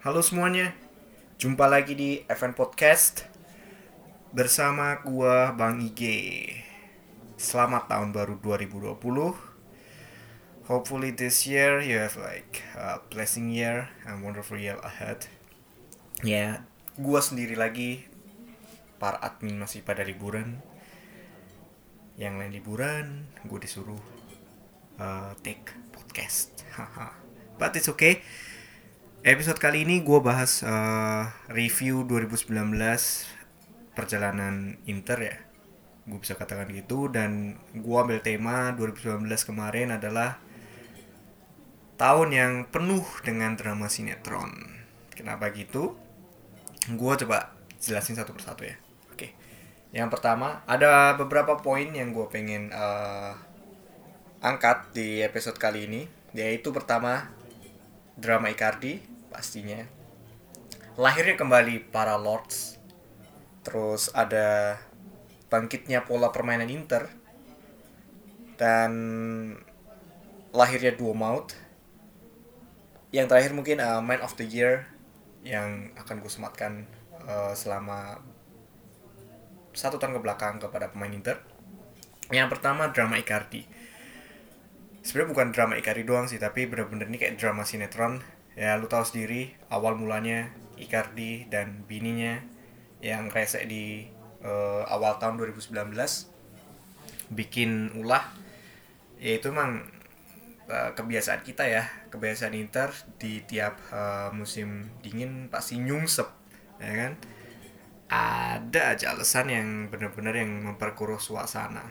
Halo semuanya, jumpa lagi di Event Podcast bersama gua Bang Ige. Selamat tahun baru 2020. Hopefully this year you have like a blessing year and wonderful year ahead. Ya, gua sendiri lagi, para admin masih pada liburan. Yang lain liburan, gue disuruh take podcast. Haha. But it's okay. Episode kali ini gue bahas review 2019 perjalanan Inter ya, gue bisa katakan gitu. Dan gue ambil tema 2019 kemarin adalah tahun yang penuh dengan drama sinetron. Kenapa gitu? Gue coba jelasin satu persatu ya. Oke, yang pertama ada beberapa poin yang gue pengen angkat di episode kali ini, yaitu pertama drama Icardi pastinya, lahirnya kembali para Lords, terus ada bangkitnya pola permainan Inter, dan lahirnya duo maut. Yang terakhir mungkin Man of the Year yang akan gue sematkan selama 1 tahun ke belakang kepada pemain Inter. Yang pertama drama Icardi. Sebenarnya bukan drama Icardi doang sih, tapi bener-bener ini kayak drama sinetron. Ya lu tahu sendiri awal mulanya Icardi dan bininya yang rese di awal tahun 2019 bikin ulah. Ya itu emang kebiasaan kita ya, kebiasaan Inter di tiap musim dingin pasti nyungsep, ya kan? Ada aja alasan yang benar-benar yang memperkeruh suasana.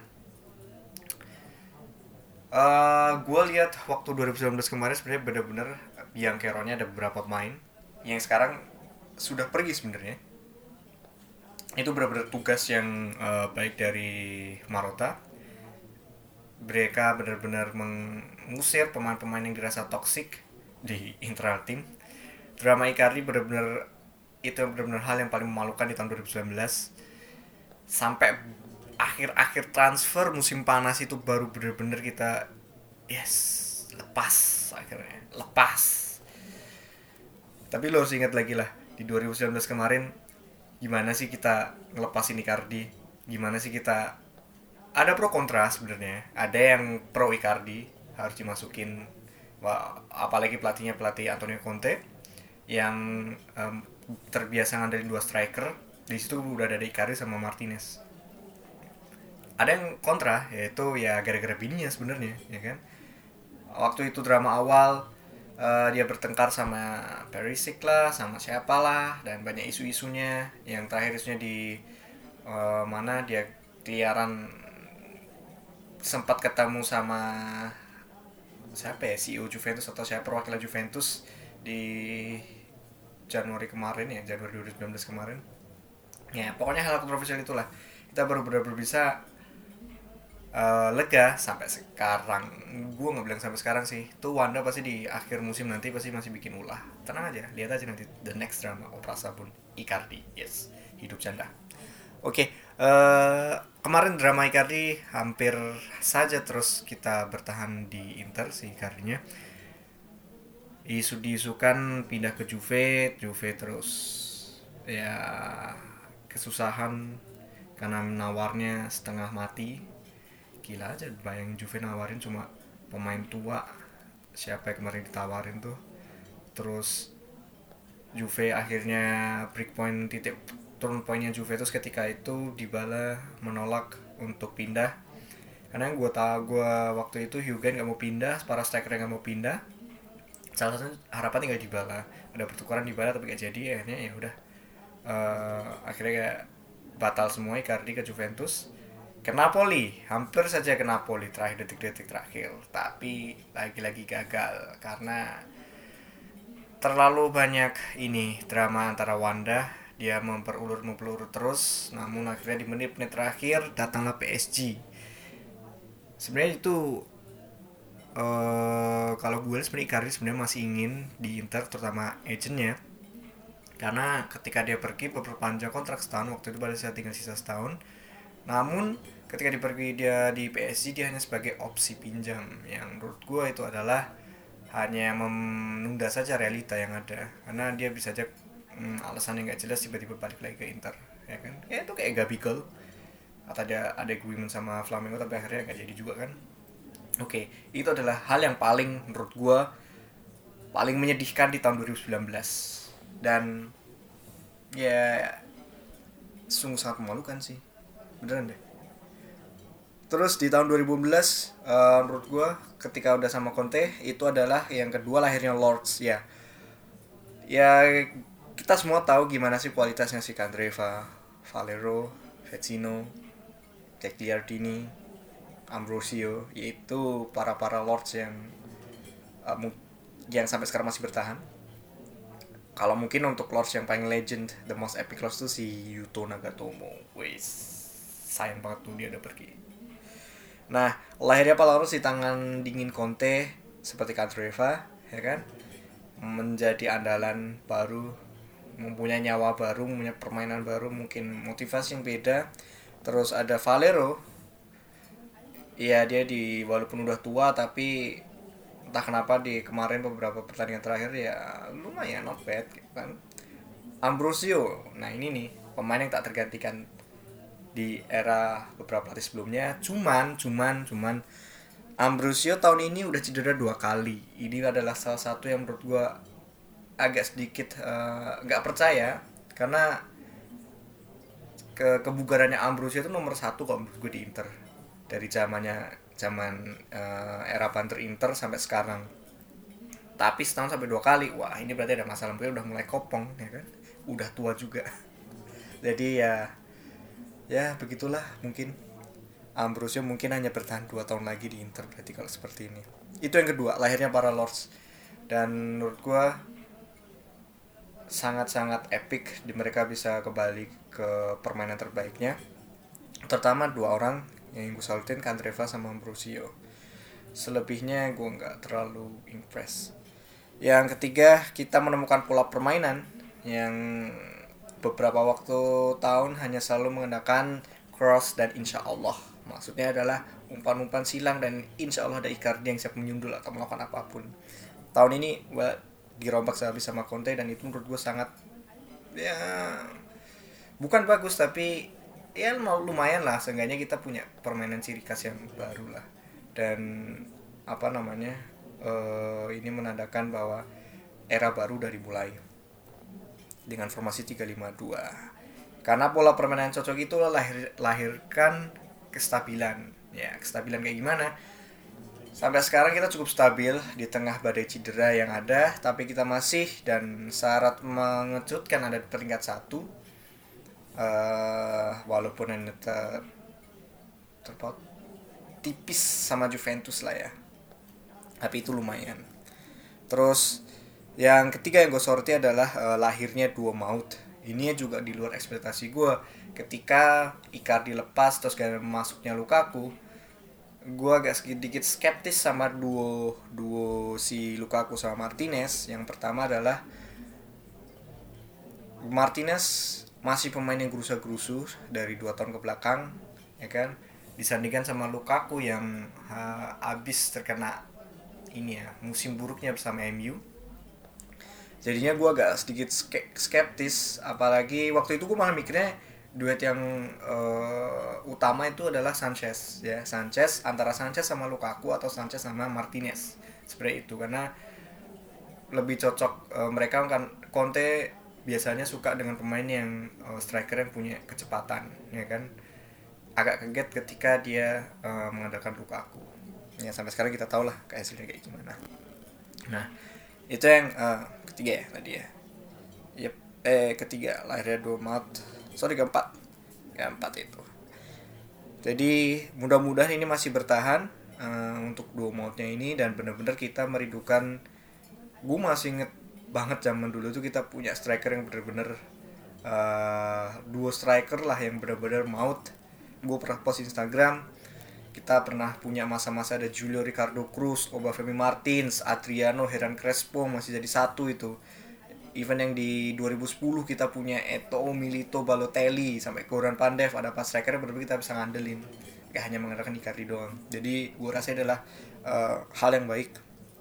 Gue lihat waktu 2019 kemarin sebenarnya benar-benar biang keronnya ada beberapa pemain yang sekarang sudah pergi sebenarnya. Itu benar-benar tugas yang baik dari Marotta. Mereka benar-benar mengusir pemain-pemain yang dirasa toksik di internal tim. Drama Icardi benar-benar itu benar-benar hal yang paling memalukan di tahun 2019. Sampai akhir-akhir transfer musim panas itu baru benar-benar kita yes, lepas, akhirnya lepas. Tapi lo harus ingat lagi lah, di 2019 kemarin gimana sih kita ngelepasin Icardi, gimana sih kita, ada pro kontra sebenarnya. Ada yang pro Icardi harus dimasukin. Wah, apalagi pelatihnya pelatih Antonio Conte yang terbiasa ngandelin dua striker. Di situ udah ada Icardi sama Martinez. Ada yang kontra, yaitu ya gara-gara bininya sebenarnya, ya kan. Waktu itu drama awal dia bertengkar sama Perisic lah, sama siapa lah, dan banyak isu-isunya. Yang terakhir isunya di mana dia keliaran sempat ketemu sama siapa ya, CEO Juventus atau siapa perwakilan Juventus di Januari kemarin ya, Januari 2019 kemarin. Ya pokoknya hal kontroversial itulah. Kita baru benar-benar bisa lega sampai sekarang. Gue nggak bilang sampai sekarang sih, tuh Wanda pasti di akhir musim nanti pasti masih bikin ulah. Tenang aja, lihat aja nanti the next drama Opera Sabun Icardi. Yes, hidup janda. Oke, kemarin drama Icardi hampir saja terus kita bertahan di Inter si Icardinya. Isu diisukan pindah ke Juve, Juve terus ya kesusahan karena nawarnya setengah mati. Gila aja, bayangin Juve nawarin cuma pemain tua. Siapa yang kemarin ditawarin tuh. Terus Juve akhirnya break point, titik turun poinnya Juventus ketika itu Dybala menolak untuk pindah. Karena yang gue tahu, gue waktu itu Higuain nggak mau pindah, para striker nggak mau pindah. Salah satu harapan tinggal Dybala. Ada pertukaran Dybala tapi gak jadi, akhirnya ya udah. Akhirnya kayak batal semua Icardi ke Juventus. Ke Napoli, hampir saja ke Napoli terakhir, detik-detik terakhir, tapi lagi-lagi gagal karena terlalu banyak ini drama antara Wanda. Dia memperulur terus, namun akhirnya di menit-menit terakhir datanglah PSG. Sebenarnya itu kalau gue sebenarnya Icardi sebenarnya masih ingin di Inter, terutama agentnya, karena ketika dia pergi memperpanjang kontrak setahun, waktu itu pada saat tinggal sisa setahun. Namun ketika dia pergi dia di PSG, dia hanya sebagai opsi pinjam, yang menurut gue itu adalah hanya menunda saja realita yang ada, karena dia bisa aja alasan yang nggak jelas tiba-tiba balik lagi ke Inter, ya kan? Ya itu kayak Gabigol, atau ada agreement sama Flamengo tapi akhirnya nggak jadi juga kan. Oke, itu adalah hal yang paling menurut gue paling menyedihkan di tahun 2019, dan ya sungguh sangat memalukan sih, beneran deh. Terus di tahun 2015 menurut gue ketika udah sama Conte itu adalah yang kedua lahirnya Lords ya. Ya kita semua tahu gimana sih kualitasnya si Candreva, Valero, Vecino, Gagliardini, Ambrosio, yaitu para Lords uh, yang sampai sekarang masih bertahan. Kalau mungkin untuk Lords yang paling legend, the most epic Lords itu si Yuto Nagatomo. Wes, sayang banget tuh dia udah pergi. Nah, lahirnya Palaros di tangan dingin Conte seperti Candreva, ya kan? Menjadi andalan baru, mempunyai nyawa baru, mempunyai permainan baru, mungkin motivasi yang beda. Terus ada Valero, ya dia walaupun udah tua tapi entah kenapa di kemarin beberapa pertandingan terakhir ya lumayan not bad gitu kan. Ambrosio, nah ini nih pemain yang tak tergantikan di era beberapa pelatih sebelumnya. Cuman Ambrosio tahun ini udah cedera 2 kali. Ini adalah salah satu yang menurut gue agak sedikit nggak percaya, karena kebugarannya Ambrosio itu nomor satu kalau menurut gue di Inter dari zaman era Banter Inter sampai sekarang. Tapi setahun sampai 2 kali, wah ini berarti ada masalah, mungkin udah mulai kopong ya kan, udah tua juga. Jadi ya begitulah mungkin. Ambrosio mungkin hanya bertahan 2 tahun lagi di Inter berarti kalau seperti ini. Itu yang kedua, lahirnya para Lords. Dan menurut gue sangat-sangat epic di mereka bisa kembali ke permainan terbaiknya. Terutama 2 orang yang gue salutin, Candreva sama Ambrosio. Selebihnya gue nggak terlalu impress. Yang ketiga, kita menemukan pola permainan yang beberapa tahun hanya selalu menggunakan cross dan insya Allah. Maksudnya adalah umpan-umpan silang dan insya Allah ada Icardi yang siap menyundul atau melakukan apapun. Tahun ini dirombak sehabis sama Conte, dan itu menurut gue sangat, ya bukan bagus tapi ya lumayan lah, seenggaknya kita punya permainan ciri khas yang baru lah. Dan apa namanya, ini menandakan bahwa era baru dari mulai dengan formasi 352, karena pola permainan yang cocok itu lahirkan kestabilan. Ya kestabilan kayak gimana, sampai sekarang kita cukup stabil di tengah badai cedera yang ada, tapi kita masih dan syarat mengejutkan ada di peringkat 1. Walaupun hanya terpaut tipis sama Juventus lah ya, tapi itu lumayan. Terus yang ketiga yang gue soroti adalah lahirnya duo maut. Ini juga di luar ekspektasi gue. Ketika Icardi lepas terus kayak masuknya Lukaku, gue agak sedikit skeptis sama duo si Lukaku sama Martinez. Yang pertama adalah Martinez masih pemain yang gerusa-gerusu dari 2 tahun ke belakang, ya kan, disandingkan sama Lukaku yang habis terkena ini ya musim buruknya bersama MU. Jadinya gue agak sedikit skeptis, apalagi waktu itu gue malah mikirnya duet yang utama itu adalah Sanchez ya, antara Sanchez sama Lukaku atau Sanchez sama Martinez seperti itu, karena lebih cocok mereka kan. Conte biasanya suka dengan pemain yang striker yang punya kecepatan ya kan. Agak kaget ketika dia mengandalkan Lukaku ya, sampai sekarang kita tahu lah hasilnya kayak gimana. Nah itu yang ketiga ya tadi ya. Yep. Ketiga lahirnya dua maut. Keempat itu. Jadi mudah-mudahan ini masih bertahan untuk dua mautnya ini, dan benar-benar kita merindukan. Gue masih inget banget zaman dulu tuh kita punya striker yang benar-benar duo striker lah yang benar-benar maut. Gue pernah post Instagram, kita pernah punya masa-masa ada Julio Ricardo Cruz, Obafemi Martins, Adriano, Hernan Crespo masih jadi satu itu. Even yang di 2010 kita punya Eto'o, Milito, Balotelli, sampai Goran Pandev, ada pas striker benar-benar kita bisa ngandelin, gak hanya mengandalkan Icardi doang. Jadi gue rasa adalah hal yang baik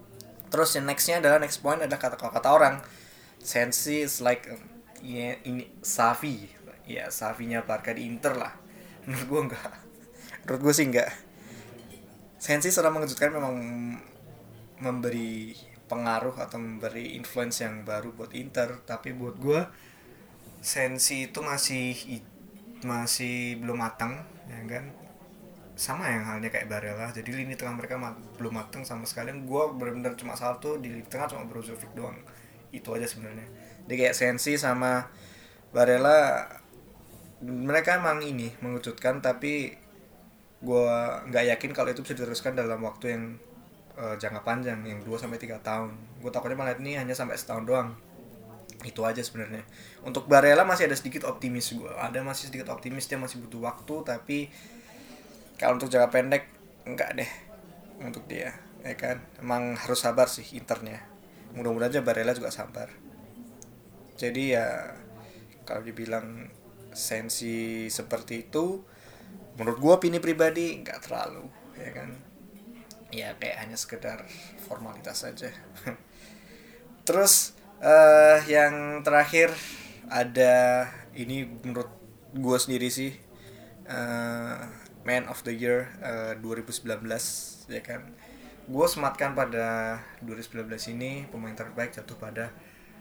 Terus yang next point adalah kata orang Sensi is like ini Xavi, ya Xavinya Barca di Inter lah. Menurut gue enggak. Menurut gue sih enggak. Sensi sudah mengejutkan, memang memberi pengaruh atau memberi influence yang baru buat Inter, tapi buat gue Sensi itu masih belum matang, ya kan? Sama yang halnya kayak Barella, jadi lini tengah mereka belum matang sama sekali. Gue benar-benar cuma satu di lini tengah, cuma Brozovic doang, itu aja sebenarnya. Jadi kayak Sensi sama Barella, mereka emang ini mengejutkan, tapi gue nggak yakin kalau itu bisa diteruskan dalam waktu yang jangka panjang, yang 2 sampai 3 tahun. Gue takutnya malah ini hanya sampai setahun doang. Itu aja sebenarnya. Untuk Barella masih ada sedikit optimis, masih sedikit optimis, dia masih butuh waktu, tapi kalau untuk jangka pendek enggak deh untuk dia, ya kan. Emang harus sabar sih Internya. Mudah-mudahan aja Barella juga sabar. Jadi ya kalau dibilang Sensi seperti itu, menurut gue opini pribadi nggak terlalu, ya kan. Ya kayak hanya sekedar formalitas saja. Terus yang terakhir ada ini, menurut gue sendiri sih, Man of the Year 2019, ya kan. Gue sematkan pada 2019 ini pemain terbaik jatuh pada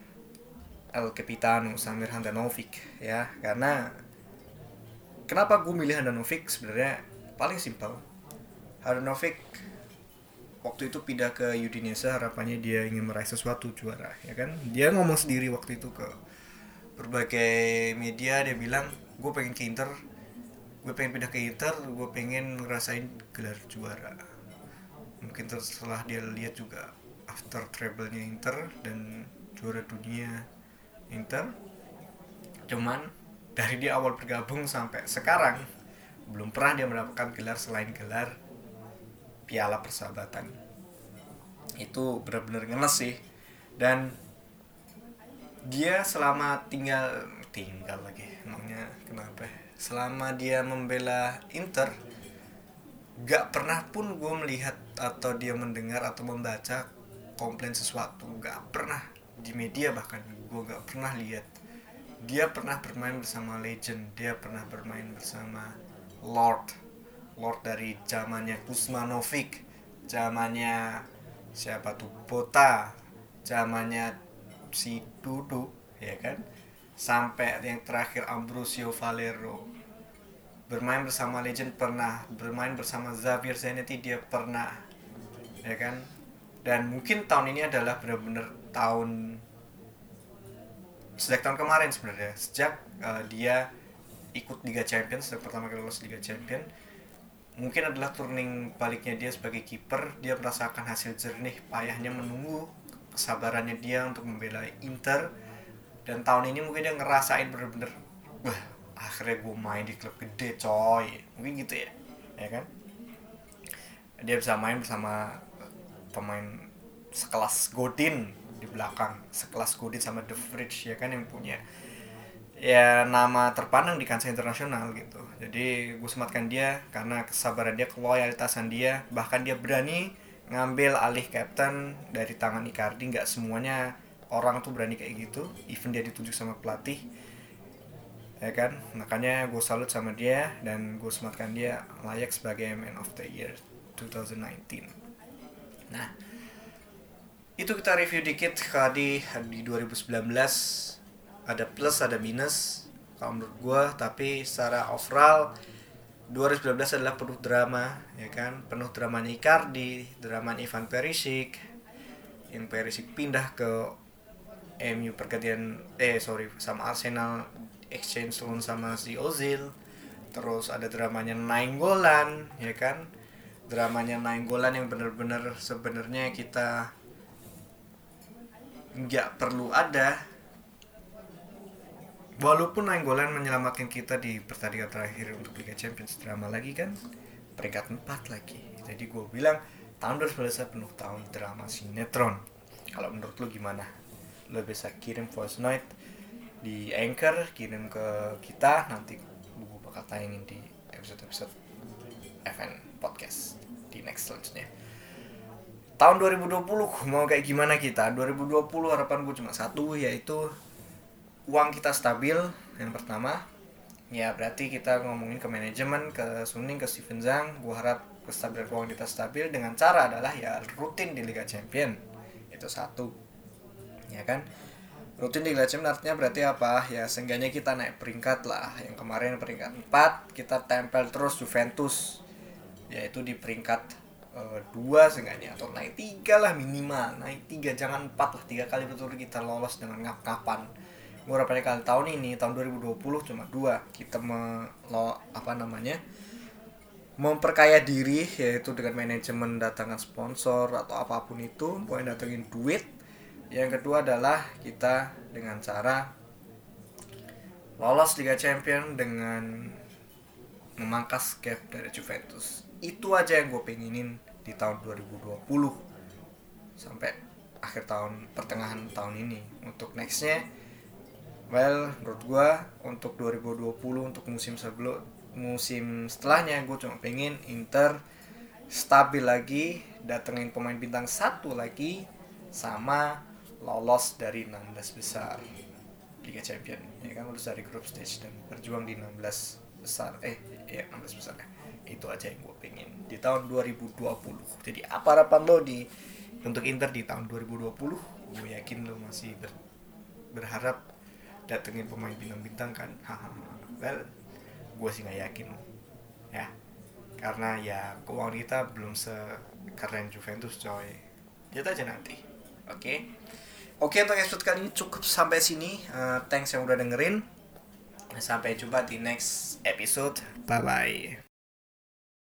El Capitano Samir Handanovic, ya. Karena kenapa gue milih Handanovic sebenarnya paling simpel. Handanovic waktu itu pindah ke Udinese, harapannya dia ingin meraih sesuatu, juara, ya kan. Dia ngomong sendiri waktu itu ke berbagai media, dia bilang gue pengen ke Inter, gue pengen pindah ke Inter, gue pengen ngerasain gelar juara. Mungkin setelah dia lihat juga after treble-nya Inter dan juara dunia Inter, cuman dari dia awal bergabung sampai sekarang belum pernah dia mendapatkan gelar selain gelar Piala Persahabatan. Itu benar-benar ngenes sih. Dan dia selama tinggal lagi, emangnya kenapa, selama dia membela Inter, gak pernah pun gue melihat atau dia mendengar atau membaca komplain sesuatu. Gak pernah di media, bahkan gue gak pernah lihat. Dia pernah bermain bersama legend, dia pernah bermain bersama Lord dari zamannya Kuzmanovic, zamannya siapa tuh, Bota, zamannya si Dudu, ya kan, sampai yang terakhir Ambrosio Valero. Bermain bersama legend pernah, bermain bersama Xavier Zanetti dia pernah, ya kan. Dan mungkin tahun ini adalah benar-benar tahun, sejak tahun kemarin sebenarnya, sejak dia ikut Liga Champions, sejak pertama kali lolos Liga Champions, mungkin adalah turning baliknya dia sebagai kiper. Dia merasakan hasil jernih payahnya menunggu, kesabarannya dia untuk membela Inter, dan tahun ini mungkin dia ngerasain bener-bener, wah akhirnya gue main di klub gede coy, mungkin gitu ya kan. Dia bisa main bersama pemain sekelas Godin di belakang, sekelas Godin sama De Vrij, ya kan, yang punya ya nama terpandang di kancah internasional gitu. Jadi gue sematkan dia karena kesabaran dia, keloyalitasan dia, bahkan dia berani ngambil alih captain dari tangan Icardi. Nggak semuanya orang tuh berani kayak gitu, even dia ditunjuk sama pelatih, ya kan. Makanya gue salut sama dia dan gue sematkan dia layak sebagai Man of the Year 2019. Nah, itu kita review dikit tadi di 2019. Ada plus ada minus kalau menurut gue, tapi secara overall 2019 adalah penuh drama, ya kan. Penuh dramanya Icardi, drama Ivan Perisic, yang Perisic pindah ke MU pergantian sama Arsenal, exchange loan sama si Ozil. Terus ada dramanya Nainggolan, ya kan. Dramanya Nainggolan yang benar-benar sebenarnya kita nggak perlu ada. Walaupun Nainggolan menyelamatkan kita di pertandingan terakhir untuk Liga Champions, drama lagi kan, peringkat 4 lagi. Jadi gue bilang tahun 2019 penuh tahun drama sinetron. Kalau menurut lu gimana? Lu bisa kirim voice note di Anchor, kirim ke kita, nanti gue bakal tayangin di episode FN Podcast di next selanjutnya. tahun 2020 mau kayak gimana kita? 2020 harapan gue cuma satu, yaitu uang kita stabil. Yang pertama, ya berarti kita ngomongin ke manajemen, ke Suning, ke Steven Zhang. Gue harap kestabilan keuangan kita stabil dengan cara adalah ya rutin di Liga Champion. Itu satu, ya kan? Rutin di Liga Champion artinya berarti apa? Ya seenggaknya kita naik peringkat lah. Yang kemarin peringkat 4, kita tempel terus Juventus, yaitu di peringkat 2 seenggaknya, atau naik 3 lah minimal. Naik 3, jangan 4 lah, 3 kali betul kita lolos dengan ngap-ngapan. Gue berapa kali tahun ini, tahun 2020 cuma 2 kita memperkaya diri, yaitu dengan manajemen datangkan sponsor atau apapun itu, pokoknya datengin duit. Yang kedua adalah kita dengan cara lolos Liga Champion dengan memangkas gap dari Juventus. Itu aja yang gue pengenin di tahun 2020 sampai akhir tahun, pertengahan tahun ini. Untuk nextnya, well, menurut gue untuk 2020, untuk musim setelahnya, gue cuma pengen Inter stabil lagi, datengin pemain bintang satu lagi, sama lolos dari 16 besar Liga Champion, ya kan, lulus dari group stage dan berjuang di 16 besar 16 besar ya. Itu aja yang gue pengen di tahun 2020. Jadi apa harapan lo untuk Inter di tahun 2020? Gue yakin lo masih berharap datengin pemain bintang-bintang kan. Well, gue sih nggak yakin ya, karena ya keuangan kita belum sekeren Juventus coy. Lihat aja nanti. Oke, untuk episode kali ini cukup sampai sini. Thanks yang udah dengerin. Sampai jumpa di next episode. Bye bye.